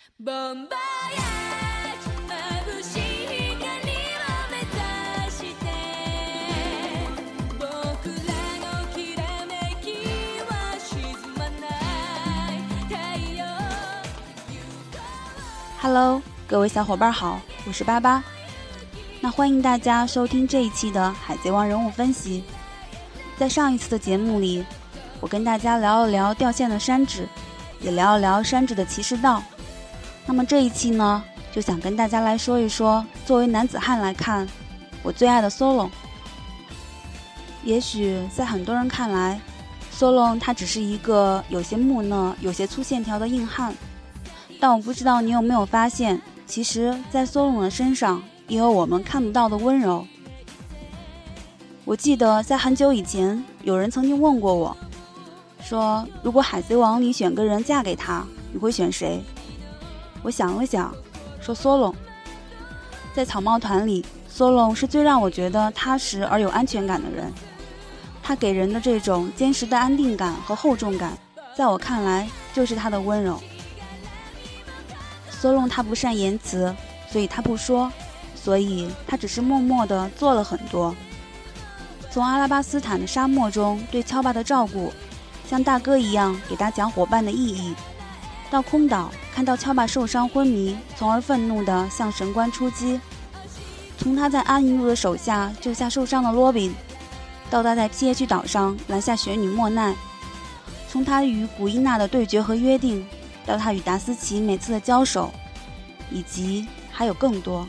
Hello， 各位小伙伴好，我是巴巴。那欢迎大家收听这一期的海贼王人物分析。在上一次的节目里，我跟大家聊一聊掉线的山治，也聊一聊山治的骑士道。那么这一期呢，就想跟大家来说一说，作为男子汉来看，我最爱的 Solon。也许在很多人看来，Solon 他只是一个有些木讷、有些粗线条的硬汉。但我不知道你有没有发现，其实在Solon的身上也有我们看不到的温柔。我记得在很久以前，有人曾经问过我，说如果海贼王里选个人嫁给他，你会选谁？我想了想，说Solon。在草帽团里，Solon是最让我觉得踏实而有安全感的人。他给人的这种坚实的安定感和厚重感，在我看来就是他的温柔。Solon 他不善言辞，所以他不说，所以他只是默默地做了很多。从阿拉巴斯坦的沙漠中对乔巴的照顾，像大哥一样给他讲伙伴的意义，到空岛看到乔巴受伤昏迷，从而愤怒地向神官出击，从他在安妮路的手下救下受伤的罗宾，到他在皮耶区岛上拦下雪女莫奈，从他与古伊娜的对决和约定，到他与达斯奇每次的交手，以及还有更多。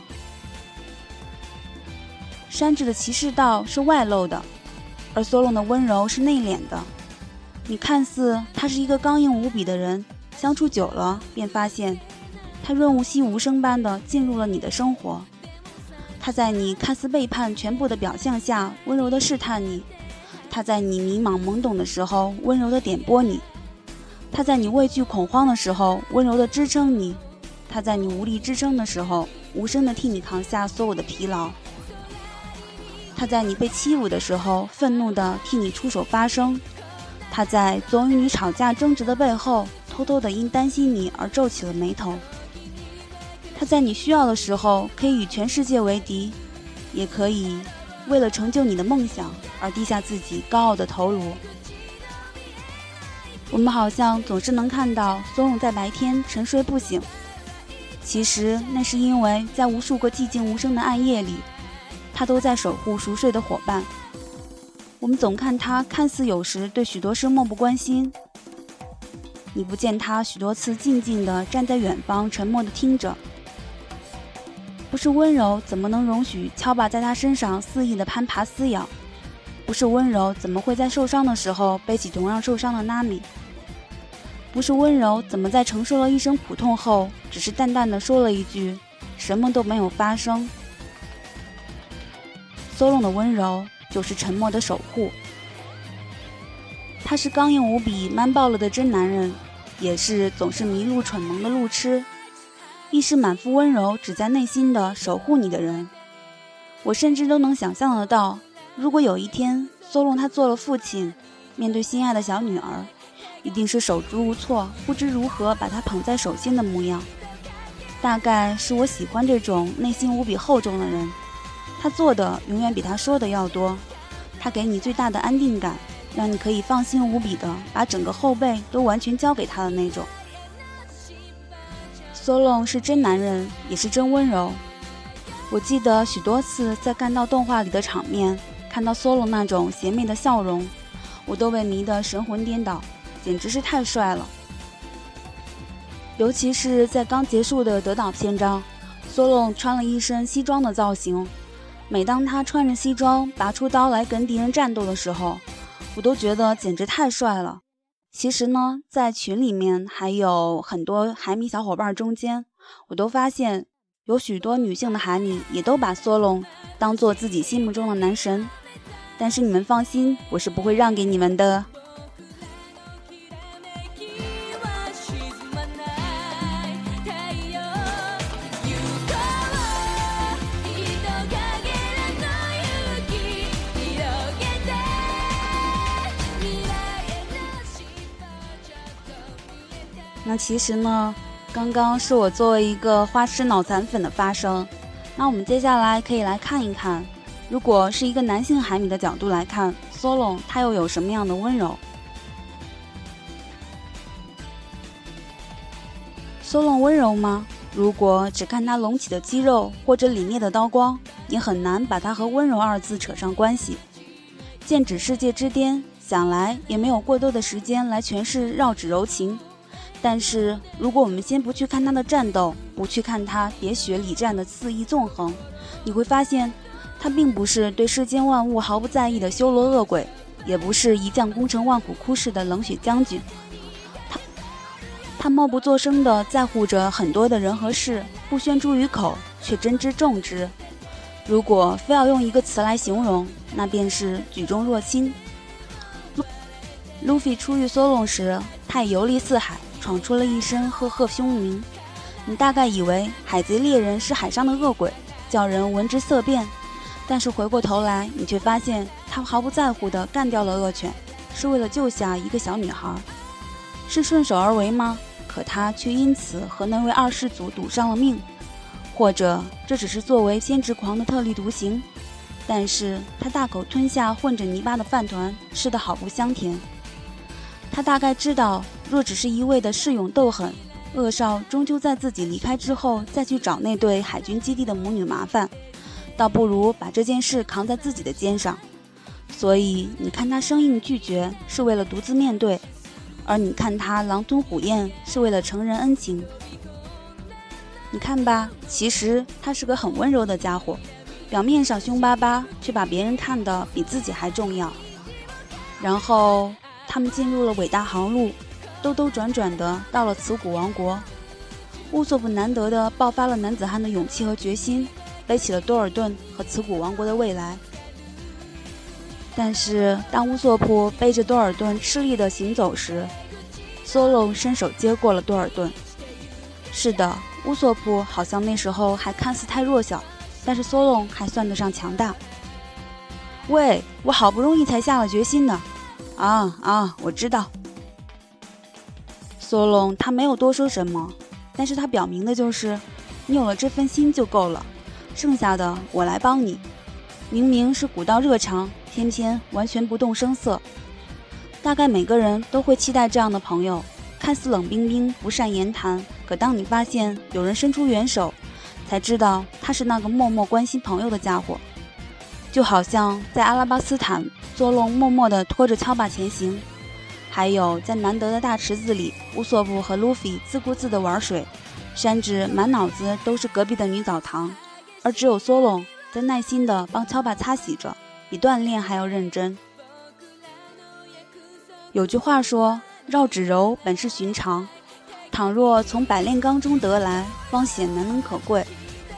山治的骑士道是外露的，而Solon的温柔是内敛的。你看似他是一个刚硬无比的人，相处久了便发现他润物细无声般地进入了你的生活。他在你看似背叛全部的表象下温柔地试探你，他在你迷茫懵懂的时候温柔地点拨你，他在你畏惧恐慌的时候温柔地支撑你，他在你无力支撑的时候无声地替你扛下所有的疲劳，他在你被欺侮的时候愤怒地替你出手发声，他在总与你吵架争执的背后偷偷地因担心你而皱起了眉头，他在你需要的时候可以与全世界为敌，也可以为了成就你的梦想而低下自己高傲的头颅。我们好像总是能看到Solon在白天沉睡不醒，其实那是因为在无数个寂静无声的暗夜里，他都在守护熟睡的伙伴。我们总看他看似有时对许多事漠不关心，你不见他许多次静静地站在远方沉默地听着。不是温柔怎么能容许乔巴在他身上肆意地攀爬撕咬，不是温柔怎么会在受伤的时候背起同样受伤的娜米，不是温柔怎么在承受了一声苦痛后只是淡淡地说了一句什么都没有发生。Solon的温柔就是沉默的守护。他是刚硬无比man爆了的真男人，也是总是迷路蠢萌的路痴，亦是满腹温柔只在内心的守护你的人。我甚至都能想象得到，如果有一天Solon他做了父亲，面对心爱的小女儿，一定是手足无措，不知如何把她捧在手心的模样。大概是我喜欢这种内心无比厚重的人，他做的永远比他说的要多，他给你最大的安定感，让你可以放心无比的把整个后背都完全交给他的那种。Solon 是真男人，也是真温柔。我记得许多次在看到动画里的场面，看到Solon那种邪魅的笑容，我都被迷得神魂颠倒，简直是太帅了。尤其是在刚结束的德岛篇章，Solon穿了一身西装的造型，每当他穿着西装拔出刀来跟敌人战斗的时候，我都觉得简直太帅了。其实呢，在群里面还有很多海迷小伙伴中间，我都发现有许多女性的海迷也都把Solon当做自己心目中的男神，但是你们放心，我是不会让给你们的。那其实呢， 刚刚是我作为一个花痴脑残粉的发声。那我们接下来可以来看一看，如果是一个男性海米的角度来看，Solon 他又有什么样的温柔？Solon 温柔吗？如果只看他隆起的肌肉或者凛冽的刀光，你很难把他和温柔二字扯上关系。剑指世界之巅，想来也没有过多的时间来诠释绕指柔情。但是如果我们先不去看他的战斗，不去看他喋血礼战的肆意纵横，你会发现他并不是对世间万物毫不在意的修罗恶鬼，也不是一将功成万骨枯似的冷血将军。他默不作声地在乎着很多的人和事，不宣诸于口，却珍之重之。如果非要用一个词来形容，那便是举重若轻。路飞初遇Solon时，他也游历四海，闯出了一身赫赫凶名。你大概以为海贼猎人是海上的恶鬼，叫人闻之色变，但是回过头来，你却发现他毫不在乎地干掉了恶犬，是为了救下一个小女孩。是顺手而为吗？可他却因此和那位二世祖赌上了命。或者这只是作为偏执狂的特立独行，但是他大口吞下混着泥巴的饭团，吃得好不香甜。他大概知道，若只是一味的恃勇斗狠，恶少终究在自己离开之后再去找那对海军基地的母女麻烦，倒不如把这件事扛在自己的肩上。所以你看他生硬拒绝，是为了独自面对，而你看他狼吞虎咽，是为了成人恩情。你看吧，其实他是个很温柔的家伙，表面上凶巴巴，却把别人看得比自己还重要。然后他们进入了伟大航路，兜兜转转的到了慈古王国。乌索普难得的爆发了男子汉的勇气和决心，背起了多尔顿和慈古王国的未来。但是当乌索普背着多尔顿吃力地行走时，Solon伸手接过了多尔顿。是的，乌索普好像那时候还看似太弱小，但是Solon还算得上强大。喂，我好不容易才下了决心呢。我知道。Solon他没有多说什么，但是他表明的就是，你有了这份心就够了，剩下的我来帮你。明明是古道热肠，偏偏完全不动声色。大概每个人都会期待这样的朋友，看似冷冰冰不善言谈，可当你发现有人伸出援手，才知道他是那个默默关心朋友的家伙。就好像在阿拉巴斯坦，Solon默默地拖着锹把前行，还有在难得的大池子里，乌索普和路飞自顾自地玩水，山治满脑子都是隔壁的女澡堂，而只有Solon在耐心地帮锹把擦洗着，比锻炼还要认真。有句话说，绕指柔本是寻常，倘若从百炼钢中得来，方显难能可贵。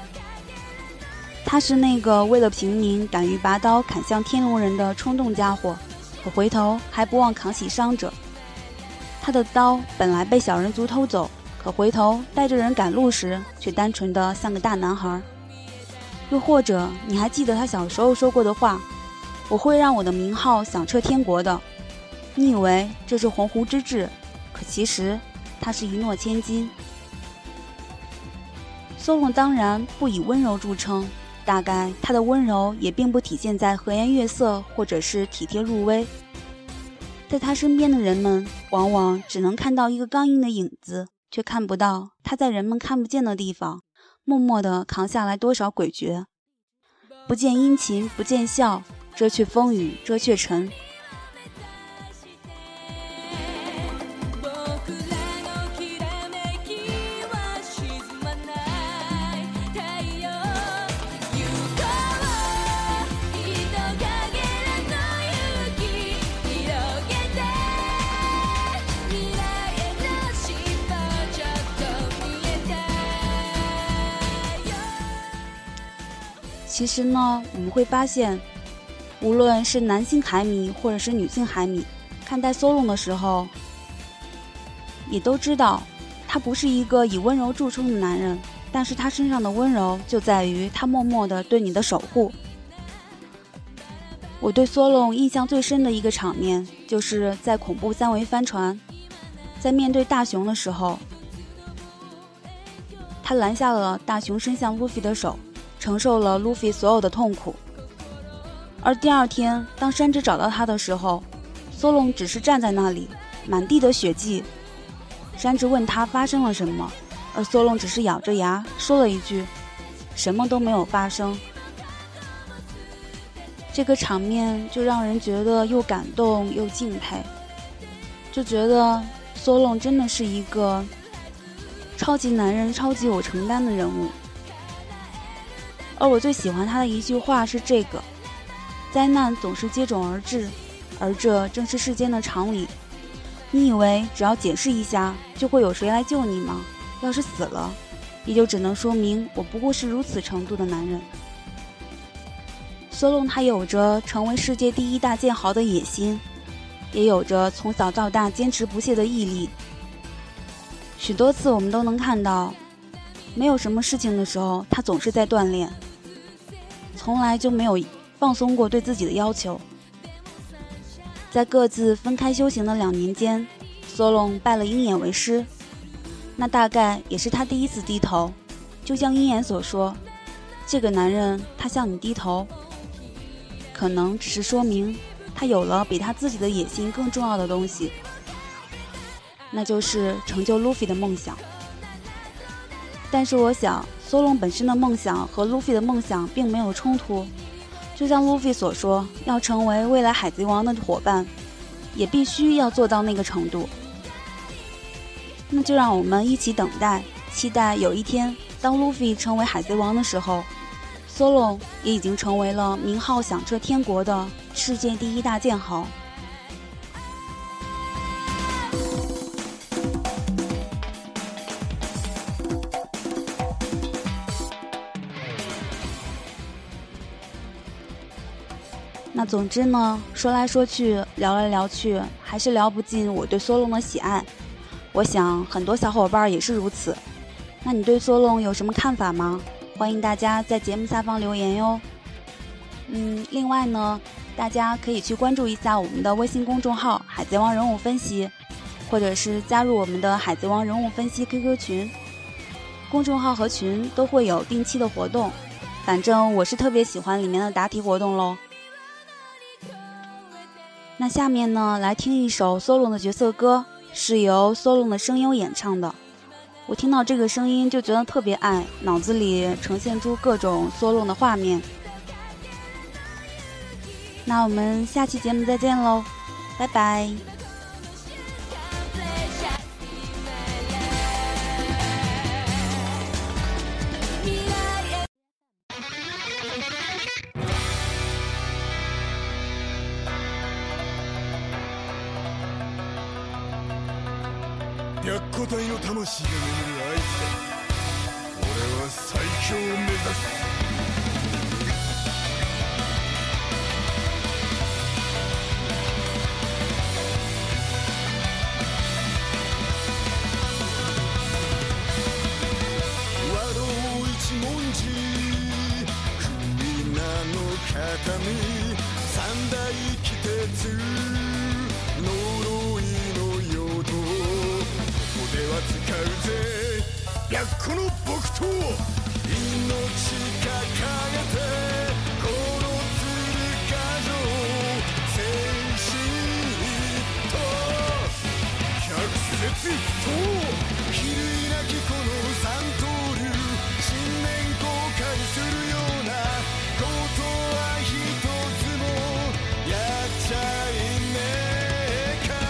他是那个为了平民敢于拔刀砍向天龙人的冲动家伙，可回头还不忘扛起伤者。他的刀本来被小人族偷走，可回头带着人赶路时，却单纯的像个大男孩。又或者你还记得他小时候说过的话，我会让我的名号响彻天国的。你以为这是鸿鹄之志，可其实他是一诺千金。Solon当然不以温柔著称，大概他的温柔也并不体现在和颜悦色或者是体贴入微。在他身边的人们往往只能看到一个刚硬的影子，却看不到他在人们看不见的地方默默地扛下来多少诡谲。不见殷勤不见笑，遮却风雨遮却尘。其实呢，我们会发现，无论是男性海米或者是女性海米，看待Solon的时候，也都知道他不是一个以温柔著称的男人，但是他身上的温柔就在于他默默地对你的守护。我对Solon印象最深的一个场面，就是在恐怖三维帆船，在面对大熊的时候， 他拦下了大熊伸向路飞的手，承受了路飞所有的痛苦。而第二天，当山治找到他的时候，索隆只是站在那里，满地的血迹。山治问他发生了什么，而索隆只是咬着牙说了一句：“什么都没有发生。”这个场面就让人觉得又感动又敬佩，就觉得索隆真的是一个超级男人、超级有承担的人物。而我最喜欢他的一句话是这个：灾难总是接踵而至，而这正是世间的常理。你以为只要解释一下就会有谁来救你吗？要是死了，也就只能说明我不过是如此程度的男人。索隆他有着成为世界第一大剑豪的野心，也有着从小到大坚持不懈的毅力。许多次我们都能看到，没有什么事情的时候，他总是在锻炼，从来就没有放松过对自己的要求。在各自分开修行的2年间，索隆拜了鹰眼为师，那大概也是他第一次低头。就像鹰眼所说，这个男人他向你低头，可能只是说明他有了比他自己的野心更重要的东西，那就是成就路飞的梦想。但是我想，索隆本身的梦想和路飞的梦想并没有冲突。就像路飞所说，要成为未来海贼王的伙伴，也必须要做到那个程度。那就让我们一起等待，期待有一天，当路飞成为海贼王的时候，索隆也已经成为了名号响彻天国的世界第一大剑豪。那总之呢，说来说去，聊来聊去，还是聊不尽我对索隆的喜爱。我想很多小伙伴也是如此。那你对索隆有什么看法吗？欢迎大家在节目下方留言哟。另外呢，大家可以去关注一下我们的微信公众号海贼王人物分析，或者是加入我们的海贼王人物分析 QQ 群。公众号和群都会有定期的活动，反正我是特别喜欢里面的答题活动咯。那下面呢，来听一首索隆的角色歌，是由索隆的声优演唱的。我听到这个声音就觉得特别爱，脑子里呈现出各种索隆的画面。那我们下期节目再见喽，拜拜。 白虎隊の魂が眠る合図だ。俺は最強を目指す。和道一文字、皆の形見、三大鬼鉄、呪いの用途。では使うぜ白虎の木刀、命掲げてこの鶴ヶ城、精神一頭、百節一刀、比類なきこの三刀流、信念公開するようなことは一つもやっちゃいねえか。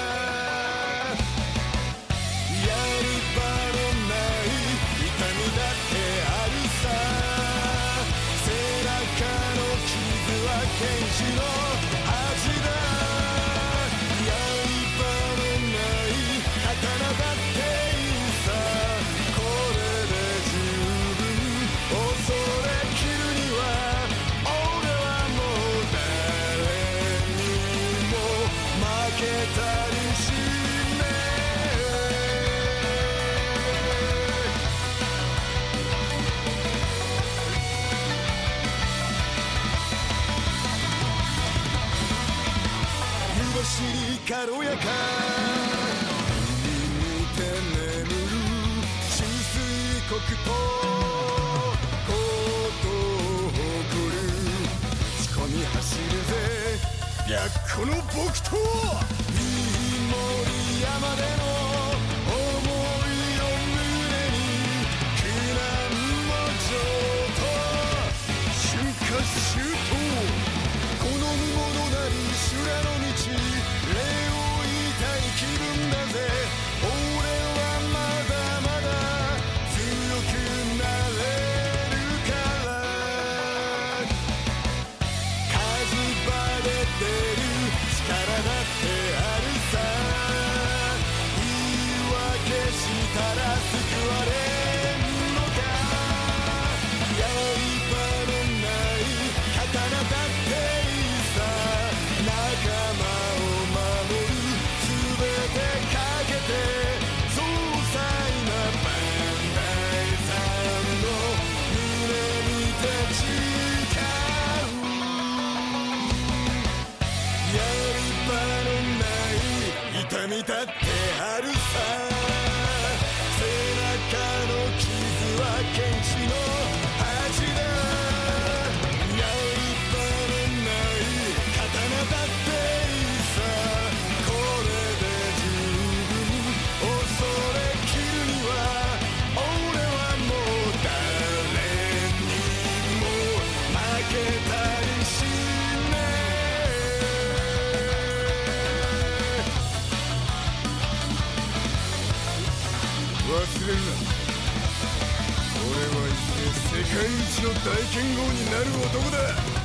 剣士の恥だ。刃のない刀だっていいさ。これで十分恐れ切るには、俺はもう誰にも負けたりしね走り軽やか、海にて眠る終水国とことを誇る仕込み走るぜ白個の僕といい森山での思いを胸に苦難の情と春夏秋冬好む者なり修羅の道礼を言いたい気分だぜ俺はまだまだ強くなれるから火事場で出る力だってあるさ言い訳したら救われんのか刃のない刀だっていいさ仲間を守るすべてかけて総裁なバンダイさんの胸に立ち交うやり場のない痛みだってあるさ背中の傷は剣士の恥だやり場のない刀だっていいさこれで十分恐れきるには俺はもう誰にも負けたりしねえ忘れるな俺はいずれ世界一の大剣豪になる男だ